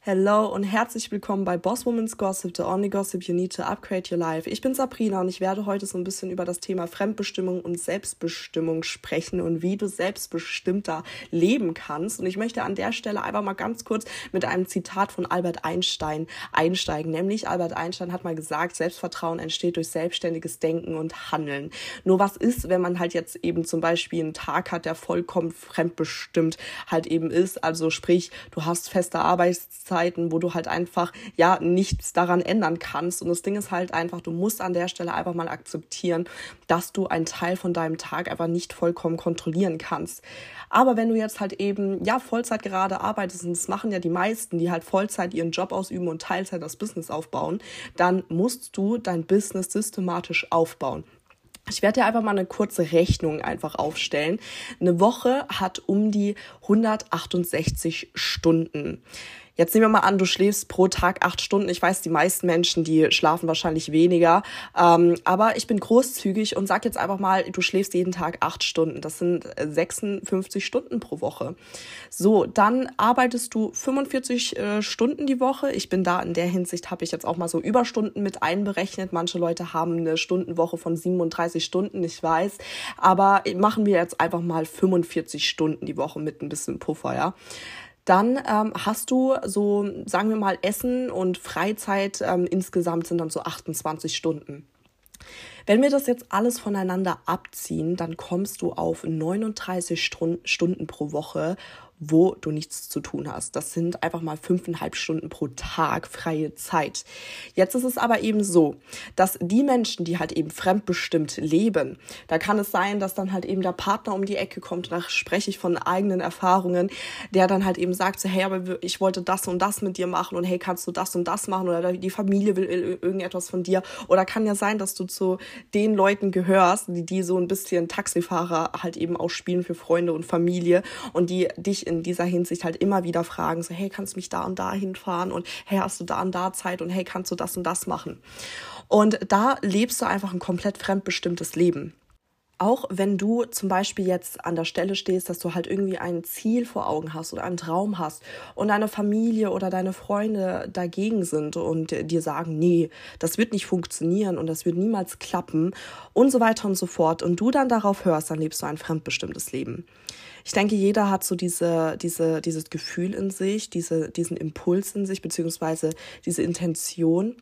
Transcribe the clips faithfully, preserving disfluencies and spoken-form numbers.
Hello und herzlich willkommen bei Boss Woman's Gossip, the only gossip you need to upgrade your life. Ich bin Sabrina und ich werde heute so ein bisschen über das Thema Fremdbestimmung und Selbstbestimmung sprechen und wie du selbstbestimmter leben kannst. Und ich möchte an der Stelle einfach mal ganz kurz mit einem Zitat von Albert Einstein einsteigen. Nämlich Albert Einstein hat mal gesagt, Selbstvertrauen entsteht durch selbstständiges Denken und Handeln. Nur was ist, wenn man halt jetzt eben zum Beispiel einen Tag hat, der vollkommen fremdbestimmt halt eben ist. Also sprich, du hast feste Arbeitszeit, wo du halt einfach ja nichts daran ändern kannst. Und das Ding ist halt einfach, du musst an der Stelle einfach mal akzeptieren, dass du einen Teil von deinem Tag einfach nicht vollkommen kontrollieren kannst. Aber wenn du jetzt halt eben ja Vollzeit gerade arbeitest, und das machen ja die meisten, die halt Vollzeit ihren Job ausüben und Teilzeit das Business aufbauen, dann musst du dein Business systematisch aufbauen. Ich werde dir einfach mal eine kurze Rechnung einfach aufstellen. Eine Woche hat um die hundertachtundsechzig Stunden. Jetzt nehmen wir mal an, du schläfst pro Tag acht Stunden. Ich weiß, die meisten Menschen, die schlafen wahrscheinlich weniger. Ähm, aber ich bin großzügig und sag jetzt einfach mal, du schläfst jeden Tag acht Stunden. Das sind sechsundfünfzig Stunden pro Woche. So, dann arbeitest du fünfundvierzig äh, Stunden die Woche. Ich bin da in der Hinsicht, habe ich jetzt auch mal so Überstunden mit einberechnet. Manche Leute haben eine Stundenwoche von siebenunddreißig Stunden, ich weiß. Aber machen wir jetzt einfach mal fünfundvierzig Stunden die Woche mit ein bisschen Puffer, ja. Dann ähm, hast du so, sagen wir mal, Essen und Freizeit, ähm, insgesamt sind dann so achtundzwanzig Stunden. Wenn wir das jetzt alles voneinander abziehen, dann kommst du auf neununddreißig Stunden pro Woche, wo du nichts zu tun hast. Das sind einfach mal fünfeinhalb Stunden pro Tag freie Zeit. Jetzt ist es aber eben so, dass die Menschen, die halt eben fremdbestimmt leben, da kann es sein, dass dann halt eben der Partner um die Ecke kommt, da spreche ich von eigenen Erfahrungen, der dann halt eben sagt so, hey, aber ich wollte das und das mit dir machen und hey, kannst du das und das machen oder die Familie will irgendetwas von dir oder kann ja sein, dass du zu den Leuten gehörst, die, die so ein bisschen Taxifahrer halt eben auch spielen für Freunde und Familie und die dich in dieser Hinsicht halt immer wieder fragen, so hey, kannst du mich da und da hinfahren und hey, hast du da und da Zeit und hey, kannst du das und das machen? Und da lebst du einfach ein komplett fremdbestimmtes Leben. Auch wenn du zum Beispiel jetzt an der Stelle stehst, dass du halt irgendwie ein Ziel vor Augen hast oder einen Traum hast und deine Familie oder deine Freunde dagegen sind und dir sagen, nee, das wird nicht funktionieren und das wird niemals klappen und so weiter und so fort und du dann darauf hörst, dann lebst du ein fremdbestimmtes Leben. Ich denke, jeder hat so diese, diese, dieses Gefühl in sich, diese, diesen Impuls in sich, beziehungsweise diese Intention,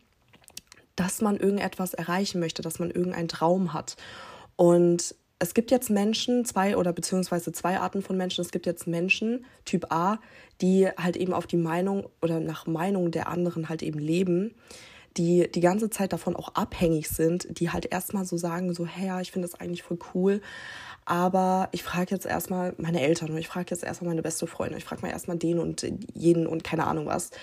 dass man irgendetwas erreichen möchte, dass man irgendeinen Traum hat. Und es gibt jetzt Menschen, zwei oder beziehungsweise zwei Arten von Menschen. Es gibt jetzt Menschen, Typ A, die halt eben auf die Meinung oder nach Meinung der anderen halt eben leben, die die ganze Zeit davon auch abhängig sind, die halt erstmal so sagen, so, hey, ja, ich finde das eigentlich voll cool, aber ich frage jetzt erstmal meine Eltern und ich frage jetzt erstmal meine beste Freundin, ich frage mal erstmal den und jeden und keine Ahnung was.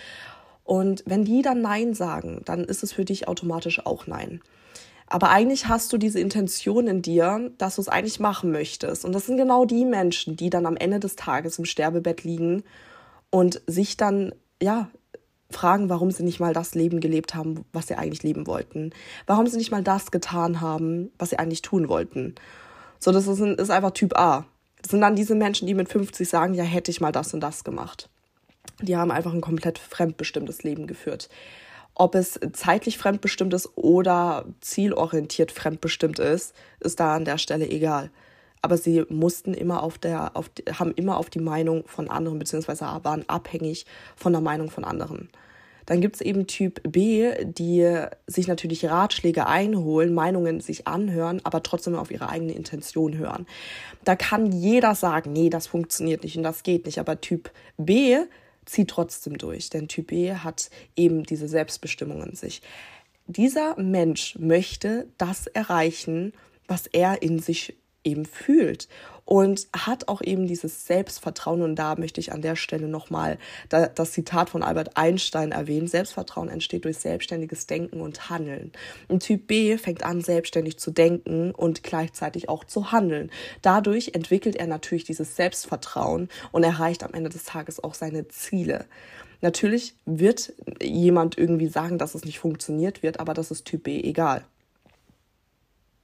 Und wenn die dann Nein sagen, dann ist es für dich automatisch auch Nein. Aber eigentlich hast du diese Intention in dir, dass du es eigentlich machen möchtest. Und das sind genau die Menschen, die dann am Ende des Tages im Sterbebett liegen und sich dann, ja, fragen, warum sie nicht mal das Leben gelebt haben, was sie eigentlich leben wollten. Warum sie nicht mal das getan haben, was sie eigentlich tun wollten. So, das ist, ist einfach Typ A. Das sind dann diese Menschen, die mit fünfzig sagen, ja, hätte ich mal das und das gemacht. Die haben einfach ein komplett fremdbestimmtes Leben geführt. Ob es zeitlich fremdbestimmt ist oder zielorientiert fremdbestimmt ist, ist da an der Stelle egal. Aber sie mussten immer auf der, auf, haben immer auf die Meinung von anderen, beziehungsweise waren abhängig von der Meinung von anderen. Dann gibt es eben Typ B, die sich natürlich Ratschläge einholen, Meinungen sich anhören, aber trotzdem auf ihre eigene Intention hören. Da kann jeder sagen, nee, das funktioniert nicht und das geht nicht. Aber Typ B zieht trotzdem durch, denn Typ B hat eben diese Selbstbestimmung in sich. Dieser Mensch möchte das erreichen, was er in sich eben fühlt und hat auch eben dieses Selbstvertrauen und da möchte ich an der Stelle nochmal das Zitat von Albert Einstein erwähnen. Selbstvertrauen entsteht durch selbstständiges Denken und Handeln. Und Typ B fängt an, selbstständig zu denken und gleichzeitig auch zu handeln. Dadurch entwickelt er natürlich dieses Selbstvertrauen und erreicht am Ende des Tages auch seine Ziele. Natürlich wird jemand irgendwie sagen, dass es nicht funktioniert wird, aber das ist Typ B egal.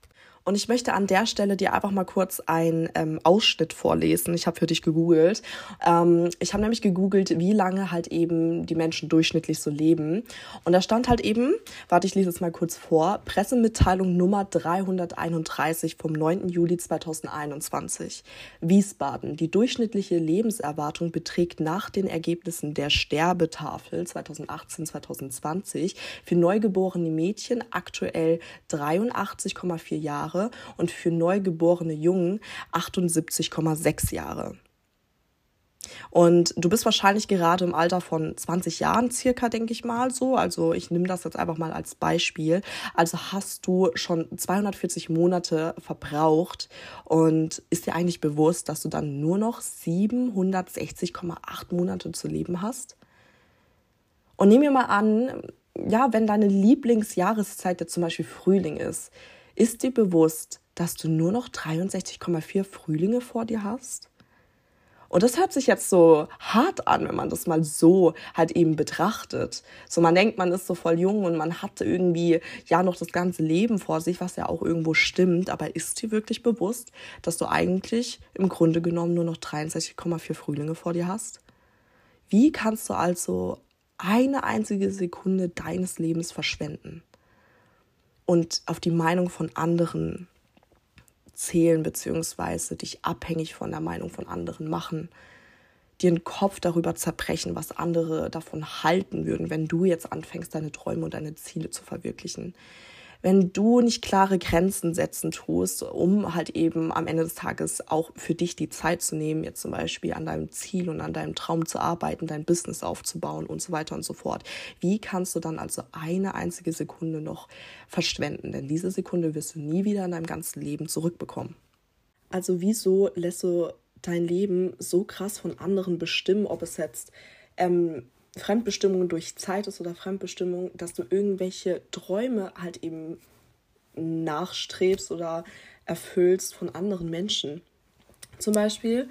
Und ich möchte an der Stelle dir einfach mal kurz einen ähm, Ausschnitt vorlesen. Ich habe für dich gegoogelt. Ähm, ich habe nämlich gegoogelt, wie lange halt eben die Menschen durchschnittlich so leben. Und da stand halt eben, warte, ich lese es mal kurz vor, Pressemitteilung Nummer dreihunderteinunddreißig vom neunten Juli zweitausendeinundzwanzig. Wiesbaden. Die durchschnittliche Lebenserwartung beträgt nach den Ergebnissen der Sterbetafel zweitausendachtzehn zweitausendzwanzig für neugeborene Mädchen aktuell dreiundachtzig Komma vier Jahre und für neugeborene Jungen achtundsiebzig Komma sechs Jahre. Und du bist wahrscheinlich gerade im Alter von zwanzig Jahren circa, denke ich mal so. Also ich nehme das jetzt einfach mal als Beispiel. Also hast du schon zweihundertvierzig Monate verbraucht und ist dir eigentlich bewusst, dass du dann nur noch siebenhundertsechzig Komma acht Monate zu leben hast? Und nehmen wir mal an, ja, wenn deine Lieblingsjahreszeit jetzt zum Beispiel Frühling ist, ist dir bewusst, dass du nur noch dreiundsechzig Komma vier Frühlinge vor dir hast? Und das hört sich jetzt so hart an, wenn man das mal so halt eben betrachtet. So, man denkt, man ist so voll jung und man hat irgendwie ja noch das ganze Leben vor sich, was ja auch irgendwo stimmt. Aber ist dir wirklich bewusst, dass du eigentlich im Grunde genommen nur noch dreiundsechzig Komma vier Frühlinge vor dir hast? Wie kannst du also eine einzige Sekunde deines Lebens verschwenden und auf die Meinung von anderen zählen, beziehungsweise dich abhängig von der Meinung von anderen machen, dir den Kopf darüber zerbrechen, was andere davon halten würden, wenn du jetzt anfängst, deine Träume und deine Ziele zu verwirklichen? Wenn du nicht klare Grenzen setzen tust, um halt eben am Ende des Tages auch für dich die Zeit zu nehmen, jetzt zum Beispiel an deinem Ziel und an deinem Traum zu arbeiten, dein Business aufzubauen und so weiter und so fort. Wie kannst du dann also eine einzige Sekunde noch verschwenden? Denn diese Sekunde wirst du nie wieder in deinem ganzen Leben zurückbekommen. Also wieso lässt du dein Leben so krass von anderen bestimmen, ob es jetzt ähm, Fremdbestimmung durch Zeit ist oder Fremdbestimmung, dass du irgendwelche Träume halt eben nachstrebst oder erfüllst von anderen Menschen. Zum Beispiel,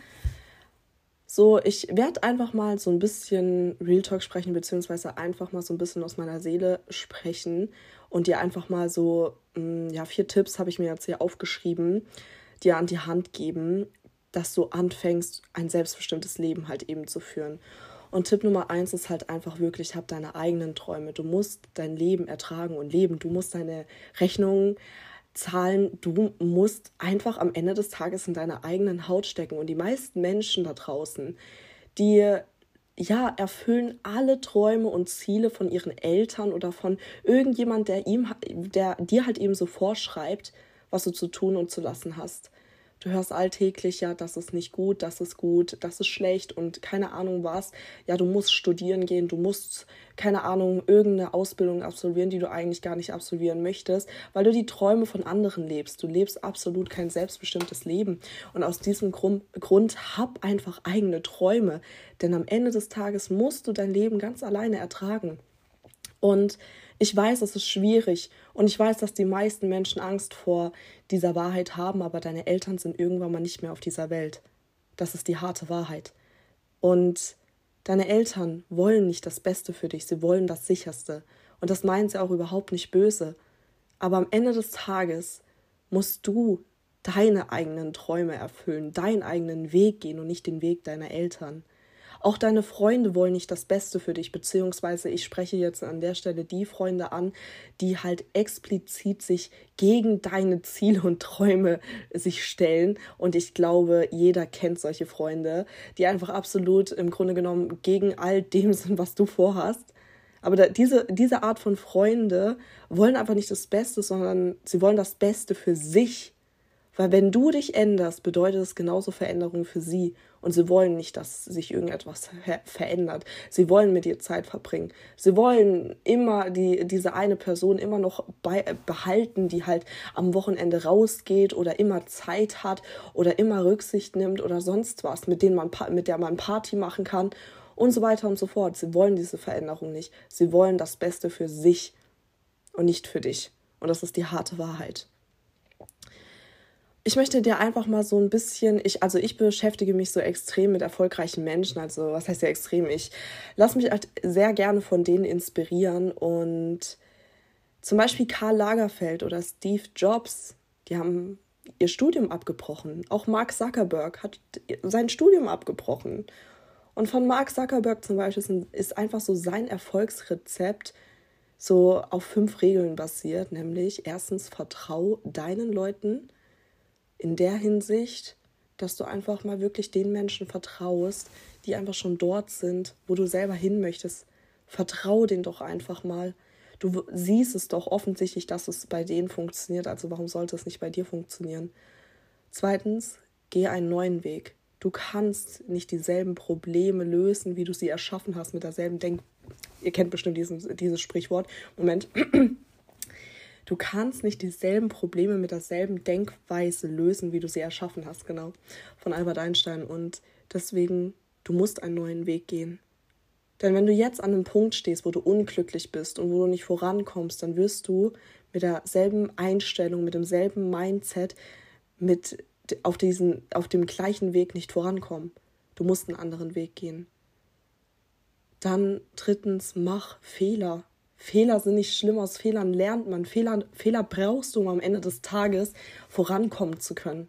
so, ich werde einfach mal so ein bisschen Real Talk sprechen, beziehungsweise einfach mal so ein bisschen aus meiner Seele sprechen und dir einfach mal so, ja, vier Tipps habe ich mir jetzt hier aufgeschrieben, dir an die Hand geben, dass du anfängst, ein selbstbestimmtes Leben halt eben zu führen. Und Tipp Nummer eins ist halt einfach wirklich, hab deine eigenen Träume. Du musst dein Leben ertragen und leben. Du musst deine Rechnungen zahlen. Du musst einfach am Ende des Tages in deiner eigenen Haut stecken. Und die meisten Menschen da draußen, die ja, erfüllen alle Träume und Ziele von ihren Eltern oder von irgendjemand, der ihm, der dir halt eben so vorschreibt, was du zu tun und zu lassen hast. Du hörst alltäglich, ja, das ist nicht gut, das ist gut, das ist schlecht und keine Ahnung was. Ja, du musst studieren gehen, du musst, keine Ahnung, irgendeine Ausbildung absolvieren, die du eigentlich gar nicht absolvieren möchtest, weil du die Träume von anderen lebst. Du lebst absolut kein selbstbestimmtes Leben. Und aus diesem Grund, Grund hab einfach eigene Träume. Denn am Ende des Tages musst du dein Leben ganz alleine ertragen. Und ich weiß, es ist schwierig und ich weiß, dass die meisten Menschen Angst vor dieser Wahrheit haben, aber deine Eltern sind irgendwann mal nicht mehr auf dieser Welt. Das ist die harte Wahrheit. Und deine Eltern wollen nicht das Beste für dich, sie wollen das Sicherste. Und das meinen sie auch überhaupt nicht böse. Aber am Ende des Tages musst du deine eigenen Träume erfüllen, deinen eigenen Weg gehen und nicht den Weg deiner Eltern. Auch deine Freunde wollen nicht das Beste für dich, beziehungsweise ich spreche jetzt an der Stelle die Freunde an, die halt explizit sich gegen deine Ziele und Träume sich stellen. Und ich glaube, jeder kennt solche Freunde, die einfach absolut im Grunde genommen gegen all dem sind, was du vorhast. Aber da, diese, diese Art von Freunde wollen einfach nicht das Beste, sondern sie wollen das Beste für sich. Weil wenn du dich änderst, bedeutet es genauso Veränderung für sie. Und sie wollen nicht, dass sich irgendetwas ver- verändert. Sie wollen mit dir Zeit verbringen. Sie wollen immer die, diese eine Person immer noch bei, behalten, die halt am Wochenende rausgeht oder immer Zeit hat oder immer Rücksicht nimmt oder sonst was, mit, denen man, mit der man Party machen kann und so weiter und so fort. Sie wollen diese Veränderung nicht. Sie wollen das Beste für sich und nicht für dich. Und das ist die harte Wahrheit. Ich möchte dir einfach mal so ein bisschen, ich, also ich beschäftige mich so extrem mit erfolgreichen Menschen, also was heißt ja extrem, ich lasse mich halt sehr gerne von denen inspirieren und zum Beispiel Karl Lagerfeld oder Steve Jobs, Die haben ihr Studium abgebrochen. Auch Mark Zuckerberg hat sein Studium abgebrochen. Und von Mark Zuckerberg zum Beispiel ist einfach so sein Erfolgsrezept so auf fünf Regeln basiert, nämlich erstens, vertrau deinen Leuten in der Hinsicht, dass du einfach mal wirklich den Menschen vertraust, die einfach schon dort sind, wo du selber hin möchtest. Vertrau denen doch einfach mal. Du siehst es doch offensichtlich, dass es bei denen funktioniert, also warum sollte es nicht bei dir funktionieren? Zweitens, geh einen neuen Weg. Du kannst nicht dieselben Probleme lösen, wie du sie erschaffen hast mit derselben Denk... Ihr kennt bestimmt diesen, dieses Sprichwort. Moment. Du kannst nicht dieselben Probleme mit derselben Denkweise lösen, wie du sie erschaffen hast, genau, von Albert Einstein. Und deswegen, du musst einen neuen Weg gehen. Denn wenn du jetzt an einem Punkt stehst, wo du unglücklich bist und wo du nicht vorankommst, dann wirst du mit derselben Einstellung, mit demselben Mindset, mit auf, diesen, auf dem gleichen Weg nicht vorankommen. Du musst einen anderen Weg gehen. Dann drittens, mach Fehler. Fehler sind nicht schlimm, aus Fehlern lernt man. Fehler, Fehler brauchst du, um am Ende des Tages vorankommen zu können.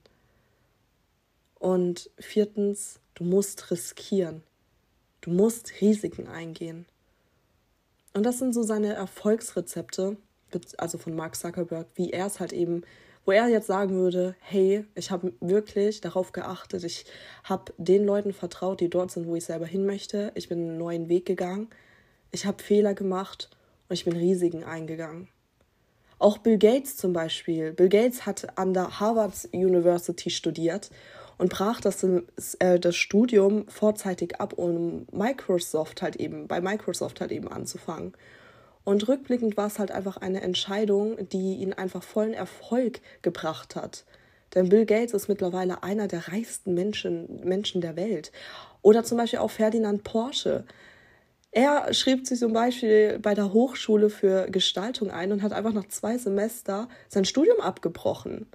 Und viertens, du musst riskieren. Du musst Risiken eingehen. Und das sind so seine Erfolgsrezepte, also von Mark Zuckerberg, wie er es halt eben, wo er jetzt sagen würde, hey, ich habe wirklich darauf geachtet, ich habe den Leuten vertraut, die dort sind, wo ich selber hin möchte. Ich bin einen neuen Weg gegangen, ich habe Fehler gemacht und ich bin Risiken eingegangen. Auch Bill Gates zum Beispiel. Bill Gates hat an der Harvard University studiert und brach das, äh, das Studium vorzeitig ab, um Microsoft halt eben, bei Microsoft halt eben anzufangen. Und rückblickend war es halt einfach eine Entscheidung, die ihn einfach vollen Erfolg gebracht hat. Denn Bill Gates ist mittlerweile einer der reichsten Menschen, Menschen der Welt. Oder zum Beispiel auch Ferdinand Porsche. Er schrieb sich zum Beispiel bei der Hochschule für Gestaltung ein und hat einfach nach zwei Semester sein Studium abgebrochen.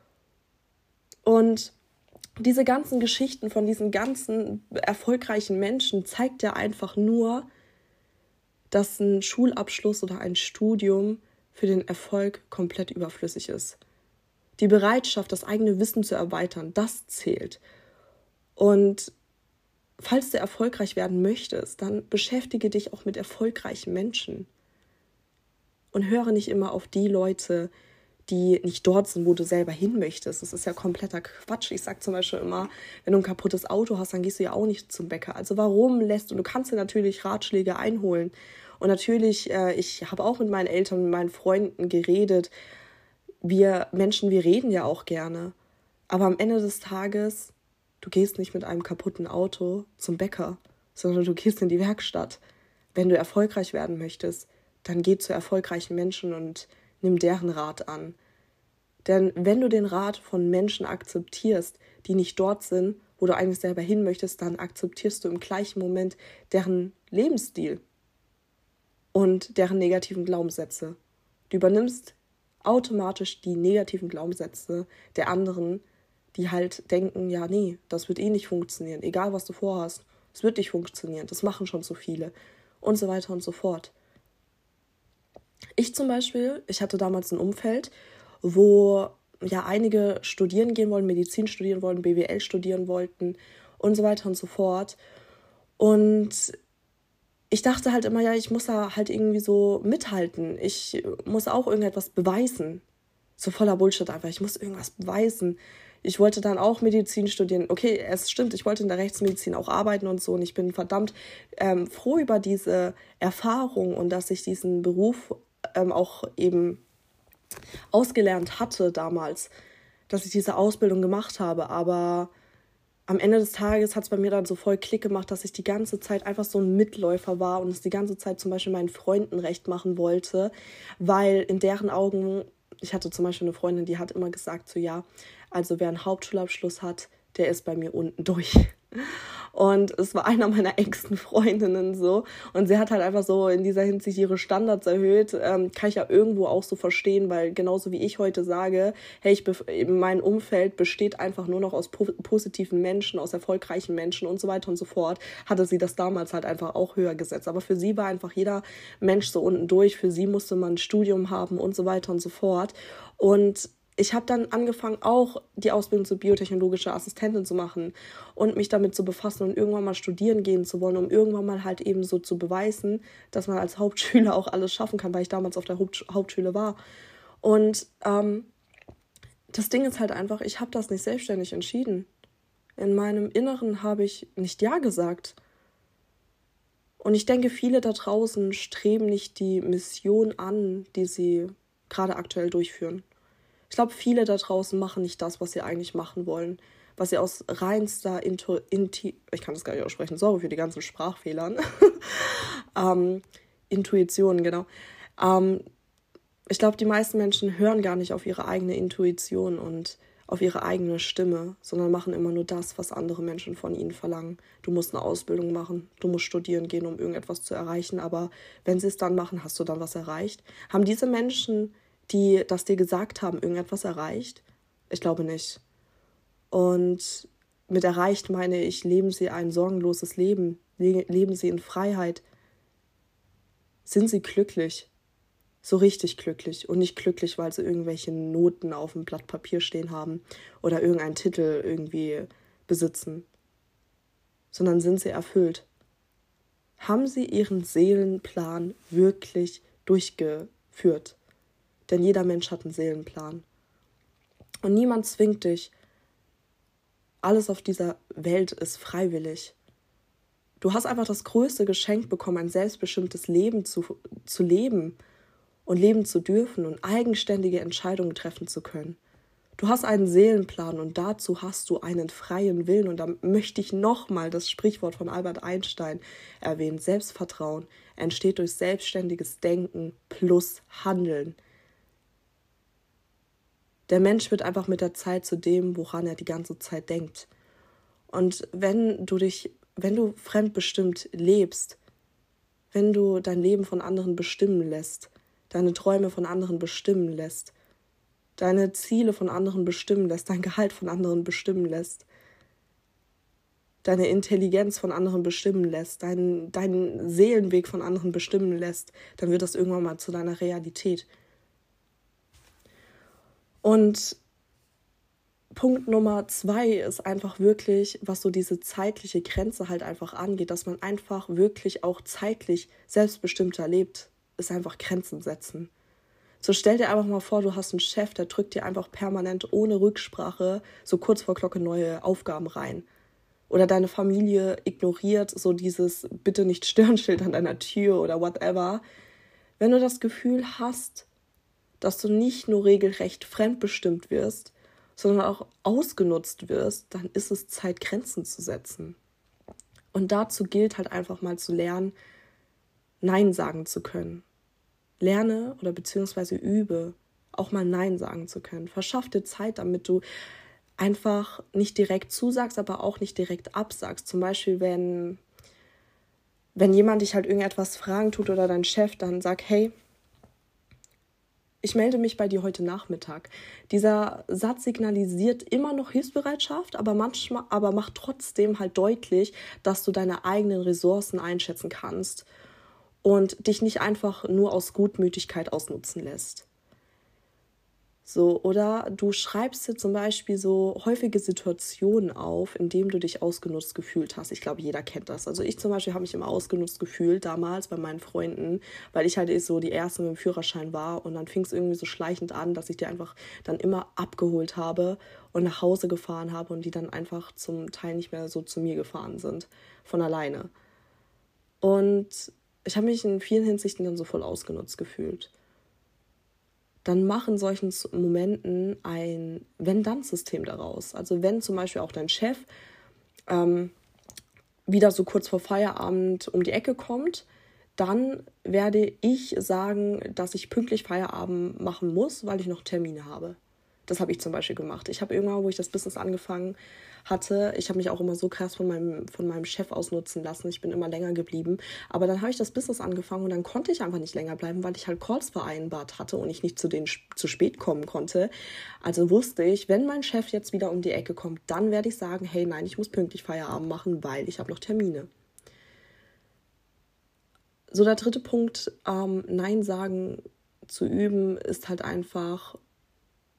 Und diese ganzen Geschichten von diesen ganzen erfolgreichen Menschen zeigt ja einfach nur, dass ein Schulabschluss oder ein Studium für den Erfolg komplett überflüssig ist. Die Bereitschaft, das eigene Wissen zu erweitern, das zählt. Und falls du erfolgreich werden möchtest, dann beschäftige dich auch mit erfolgreichen Menschen. Und höre nicht immer auf die Leute, die nicht dort sind, wo du selber hin möchtest. Das ist ja kompletter Quatsch. Ich sag zum Beispiel immer, wenn du ein kaputtes Auto hast, dann gehst du ja auch nicht zum Bäcker. Also warum lässt du, du kannst dir natürlich Ratschläge einholen. Und natürlich, äh, ich habe auch mit meinen Eltern, mit meinen Freunden geredet. Wir Menschen, wir reden ja auch gerne. Aber am Ende des Tages, du gehst nicht mit einem kaputten Auto zum Bäcker, sondern du gehst in die Werkstatt. Wenn du erfolgreich werden möchtest, dann geh zu erfolgreichen Menschen und nimm deren Rat an. Denn wenn du den Rat von Menschen akzeptierst, die nicht dort sind, wo du eigentlich selber hin möchtest, dann akzeptierst du im gleichen Moment deren Lebensstil und deren negativen Glaubenssätze. Du übernimmst automatisch die negativen Glaubenssätze der anderen, die halt denken, ja nee, das wird eh nicht funktionieren, egal was du vorhast, es wird nicht funktionieren, das machen schon so viele und so weiter und so fort. Ich zum Beispiel, ich hatte damals ein Umfeld, wo ja einige studieren gehen wollten, Medizin studieren wollten, B W L studieren wollten und so weiter und so fort. Und ich dachte halt immer, ja, ich muss da halt irgendwie so mithalten. Ich muss auch irgendetwas beweisen. So voller Bullshit einfach, ich muss irgendwas beweisen. Ich wollte dann auch Medizin studieren. Okay, es stimmt, ich wollte in der Rechtsmedizin auch arbeiten und so. Und ich bin verdammt ähm, froh über diese Erfahrung und dass ich diesen Beruf ähm, auch eben ausgelernt hatte damals, dass ich diese Ausbildung gemacht habe. Aber am Ende des Tages hat es bei mir dann so voll Klick gemacht, dass ich die ganze Zeit einfach so ein Mitläufer war und es die ganze Zeit zum Beispiel meinen Freunden recht machen wollte, weil in deren Augen, ich hatte zum Beispiel eine Freundin, die hat immer gesagt, so ja, also wer einen Hauptschulabschluss hat, der ist bei mir unten durch. Und es war einer meiner engsten Freundinnen so. Und sie hat halt einfach so in dieser Hinsicht ihre Standards erhöht. Ähm, kann ich ja irgendwo auch so verstehen, weil genauso wie ich heute sage, hey, ich bef- mein Umfeld besteht einfach nur noch aus po- positiven Menschen, aus erfolgreichen Menschen und so weiter und so fort, hatte sie das damals halt einfach auch höher gesetzt. Aber für sie war einfach jeder Mensch so unten durch. Für sie musste man ein Studium haben und so weiter und so fort. Und ich habe dann angefangen, auch die Ausbildung zur biotechnologische Assistentin zu machen und mich damit zu befassen und irgendwann mal studieren gehen zu wollen, um irgendwann mal halt eben so zu beweisen, dass man als Hauptschüler auch alles schaffen kann, weil ich damals auf der Haupt- Hauptschule war. Und ähm, das Ding ist halt einfach, ich habe das nicht selbstständig entschieden. In meinem Inneren habe ich nicht Ja gesagt. Und ich denke, viele da draußen streben nicht die Mission an, die sie gerade aktuell durchführen. Ich glaube, viele da draußen machen nicht das, was sie eigentlich machen wollen. Was sie aus reinster Intu... Inti ich kann das gar nicht aussprechen, sorry für die ganzen Sprachfehlern. ähm, Intuition, genau. Ähm, ich glaube, die meisten Menschen hören gar nicht auf ihre eigene Intuition und auf ihre eigene Stimme, sondern machen immer nur das, was andere Menschen von ihnen verlangen. Du musst eine Ausbildung machen, du musst studieren gehen, um irgendetwas zu erreichen, aber wenn sie es dann machen, hast du dann was erreicht? Haben diese Menschen, die das dir gesagt haben, irgendetwas erreicht? Ich glaube nicht. Und mit erreicht meine ich, leben sie ein sorgenloses Leben, le- leben sie in Freiheit, sind sie glücklich? So richtig glücklich und nicht glücklich, weil sie irgendwelche Noten auf dem Blatt Papier stehen haben oder irgendeinen Titel irgendwie besitzen, sondern sind sie erfüllt. Haben sie ihren Seelenplan wirklich durchgeführt? Denn jeder Mensch hat einen Seelenplan. Und niemand zwingt dich. Alles auf dieser Welt ist freiwillig. Du hast einfach das größte Geschenk bekommen, ein selbstbestimmtes Leben zu, zu leben. Und leben zu dürfen und eigenständige Entscheidungen treffen zu können. Du hast einen Seelenplan und dazu hast du einen freien Willen. Und da möchte ich nochmal das Sprichwort von Albert Einstein erwähnen. Selbstvertrauen entsteht durch selbstständiges Denken plus Handeln. Der Mensch wird einfach mit der Zeit zu dem, woran er die ganze Zeit denkt. Und wenn du dich, wenn du fremdbestimmt lebst, wenn du dein Leben von anderen bestimmen lässt, deine Träume von anderen bestimmen lässt, deine Ziele von anderen bestimmen lässt, dein Gehalt von anderen bestimmen lässt, deine Intelligenz von anderen bestimmen lässt, deinen dein Seelenweg von anderen bestimmen lässt, dann wird das irgendwann mal zu deiner Realität. Und Punkt Nummer zwei ist einfach wirklich, was so diese zeitliche Grenze halt einfach angeht, dass man einfach wirklich auch zeitlich selbstbestimmter lebt, ist einfach Grenzen setzen. So stell dir einfach mal vor, du hast einen Chef, der drückt dir einfach permanent ohne Rücksprache so kurz vor Glocke neue Aufgaben rein. Oder deine Familie ignoriert so dieses bitte nicht Stören-Schild an deiner Tür oder whatever. Wenn du das Gefühl hast, dass du nicht nur regelrecht fremdbestimmt wirst, sondern auch ausgenutzt wirst, dann ist es Zeit, Grenzen zu setzen. Und dazu gilt halt einfach mal zu lernen, Nein sagen zu können. Lerne oder beziehungsweise übe, auch mal Nein sagen zu können. Verschaff dir Zeit, damit du einfach nicht direkt zusagst, aber auch nicht direkt absagst. Zum Beispiel, wenn, wenn jemand dich halt irgendetwas fragen tut oder dein Chef, dann sag, hey, ich melde mich bei dir heute Nachmittag. Dieser Satz signalisiert immer noch Hilfsbereitschaft, aber manchmal, aber macht trotzdem halt deutlich, dass du deine eigenen Ressourcen einschätzen kannst und dich nicht einfach nur aus Gutmütigkeit ausnutzen lässt. So, oder du schreibst dir zum Beispiel so häufige Situationen auf, in denen du dich ausgenutzt gefühlt hast. Ich glaube, jeder kennt das. Also ich zum Beispiel habe mich immer ausgenutzt gefühlt damals bei meinen Freunden, weil ich halt eh so die Erste mit dem Führerschein war. Und dann fing es irgendwie so schleichend an, dass ich die einfach dann immer abgeholt habe und nach Hause gefahren habe und die dann einfach zum Teil nicht mehr so zu mir gefahren sind, von alleine. Und ich habe mich in vielen Hinsichten dann so voll ausgenutzt gefühlt. Dann mach in solchen Momenten ein Wenn-Dann-System daraus. Also wenn zum Beispiel auch dein Chef ähm, wieder so kurz vor Feierabend um die Ecke kommt, dann werde ich sagen, dass ich pünktlich Feierabend machen muss, weil ich noch Termine habe. Das habe ich zum Beispiel gemacht. Ich habe irgendwann, wo ich das Business angefangen hatte, ich habe mich auch immer so krass von meinem, von meinem Chef ausnutzen lassen. Ich bin immer länger geblieben. Aber dann habe ich das Business angefangen und dann konnte ich einfach nicht länger bleiben, weil ich halt Calls vereinbart hatte und ich nicht zu denen zu spät kommen konnte. Also wusste ich, wenn mein Chef jetzt wieder um die Ecke kommt, dann werde ich sagen, hey, nein, ich muss pünktlich Feierabend machen, weil ich habe noch Termine. So, der dritte Punkt, ähm, Nein sagen zu üben, ist halt einfach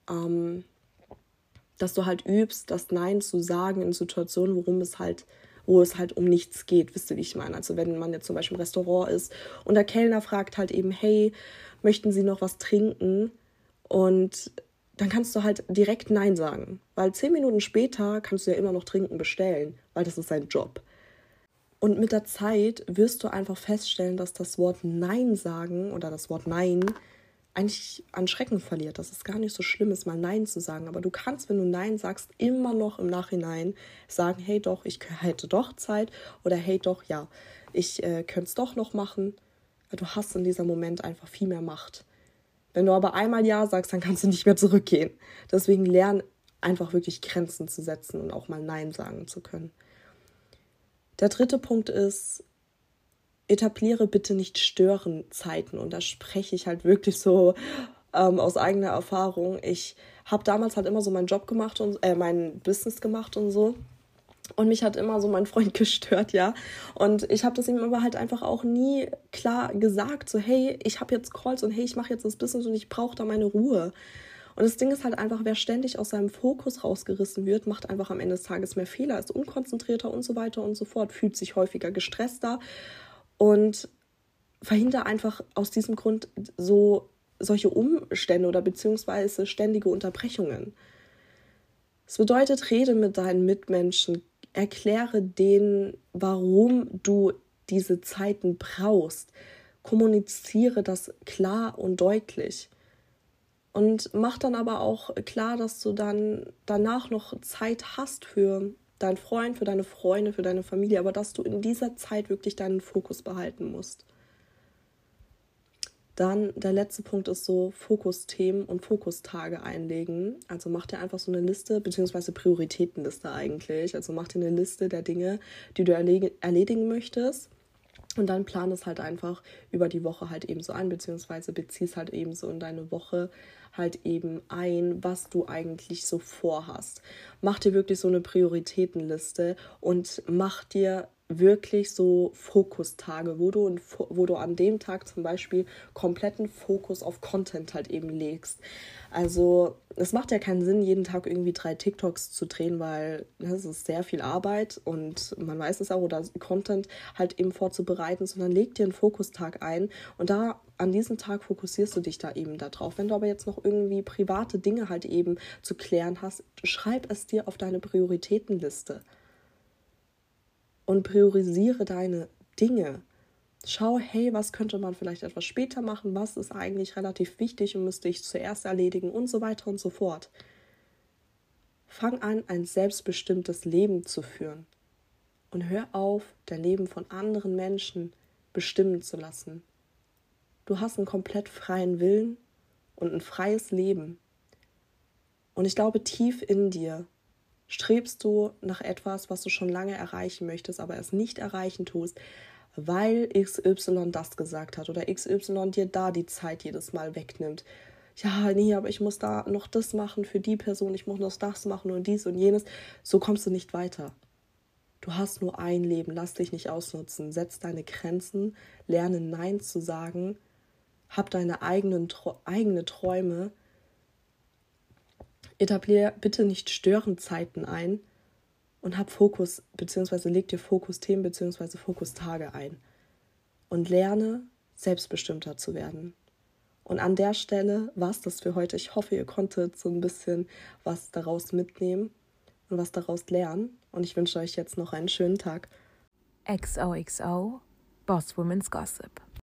ähm, dass du halt übst, das Nein zu sagen in Situationen, worum es halt, wo es halt um nichts geht, wisst ihr, wie ich meine? Also wenn man jetzt zum Beispiel im Restaurant ist und der Kellner fragt halt eben, hey, möchten Sie noch was trinken? Und dann kannst du halt direkt Nein sagen, weil zehn Minuten später kannst du ja immer noch Trinken bestellen, weil das ist sein Job. Und mit der Zeit wirst du einfach feststellen, dass das Wort Nein sagen oder das Wort Nein eigentlich an Schrecken verliert, dass es gar nicht so schlimm ist, mal Nein zu sagen. Aber du kannst, wenn du Nein sagst, immer noch im Nachhinein sagen, hey doch, ich hätte doch Zeit oder hey doch, ja, ich äh, könnte es doch noch machen. Du hast in diesem Moment einfach viel mehr Macht. Wenn du aber einmal Ja sagst, dann kannst du nicht mehr zurückgehen. Deswegen lern einfach wirklich Grenzen zu setzen und auch mal Nein sagen zu können. Der dritte Punkt ist, etabliere bitte nicht stören Zeiten. Und da spreche ich halt wirklich so ähm, aus eigener Erfahrung. Ich habe damals halt immer so meinen Job gemacht und äh, mein Business gemacht und so. Und mich hat immer so mein Freund gestört, ja. Und ich habe das ihm aber halt einfach auch nie klar gesagt, so hey, ich habe jetzt Calls und hey, ich mache jetzt das Business und ich brauche da meine Ruhe. Und das Ding ist halt einfach, wer ständig aus seinem Fokus rausgerissen wird, macht einfach am Ende des Tages mehr Fehler, ist unkonzentrierter und so weiter und so fort, fühlt sich häufiger gestresster und verhindert einfach aus diesem Grund so solche Umstände oder beziehungsweise ständige Unterbrechungen. Das bedeutet, rede mit deinen Mitmenschen, erkläre denen, warum du diese Zeiten brauchst. Kommuniziere das klar und deutlich. Und mach dann aber auch klar, dass du dann danach noch Zeit hast für deinen Freund, für deine Freunde, für deine Familie, aber dass du in dieser Zeit wirklich deinen Fokus behalten musst. Dann der letzte Punkt ist so Fokusthemen und Fokustage einlegen. Also mach dir einfach so eine Liste, beziehungsweise Prioritätenliste eigentlich. Also mach dir eine Liste der Dinge, die du erledigen möchtest. Und dann plan es halt einfach über die Woche halt eben so ein, beziehungsweise bezieh es halt eben so in deine Woche halt eben ein, was du eigentlich so vorhast. Mach dir wirklich so eine Prioritätenliste und mach dir wirklich so Fokustage, wo du, wo du an dem Tag zum Beispiel kompletten Fokus auf Content halt eben legst. Also es macht ja keinen Sinn, jeden Tag irgendwie drei TikToks zu drehen, weil das ist sehr viel Arbeit und man weiß es auch, oder Content halt eben vorzubereiten, sondern leg dir einen Fokustag ein und da an diesem Tag fokussierst du dich da eben da drauf. Wenn du aber jetzt noch irgendwie private Dinge halt eben zu klären hast, schreib es dir auf deine Prioritätenliste. Und priorisiere deine Dinge. Schau, hey, was könnte man vielleicht etwas später machen, was ist eigentlich relativ wichtig und müsste ich zuerst erledigen und so weiter und so fort. Fang an, ein selbstbestimmtes Leben zu führen und hör auf, dein Leben von anderen Menschen bestimmen zu lassen. Du hast einen komplett freien Willen und ein freies Leben. Und ich glaube, tief in dir strebst du nach etwas, was du schon lange erreichen möchtest, aber es nicht erreichen tust, weil X Y das gesagt hat oder X Y dir da die Zeit jedes Mal wegnimmt. Ja, nee, aber ich muss da noch das machen für die Person, ich muss noch das machen und dies und jenes. So kommst du nicht weiter. Du hast nur ein Leben, lass dich nicht ausnutzen. Setz deine Grenzen, lerne Nein zu sagen, hab deine eigenen eigene Träume. Etablier bitte nicht Störenzeiten ein und hab Fokus, beziehungsweise leg dir Fokusthemen, beziehungsweise Fokustage ein. Und lerne, selbstbestimmter zu werden. Und an der Stelle war es das für heute. Ich hoffe, ihr konntet so ein bisschen was daraus mitnehmen und was daraus lernen. Und ich wünsche euch jetzt noch einen schönen Tag. X O X O, Boss Women's Gossip.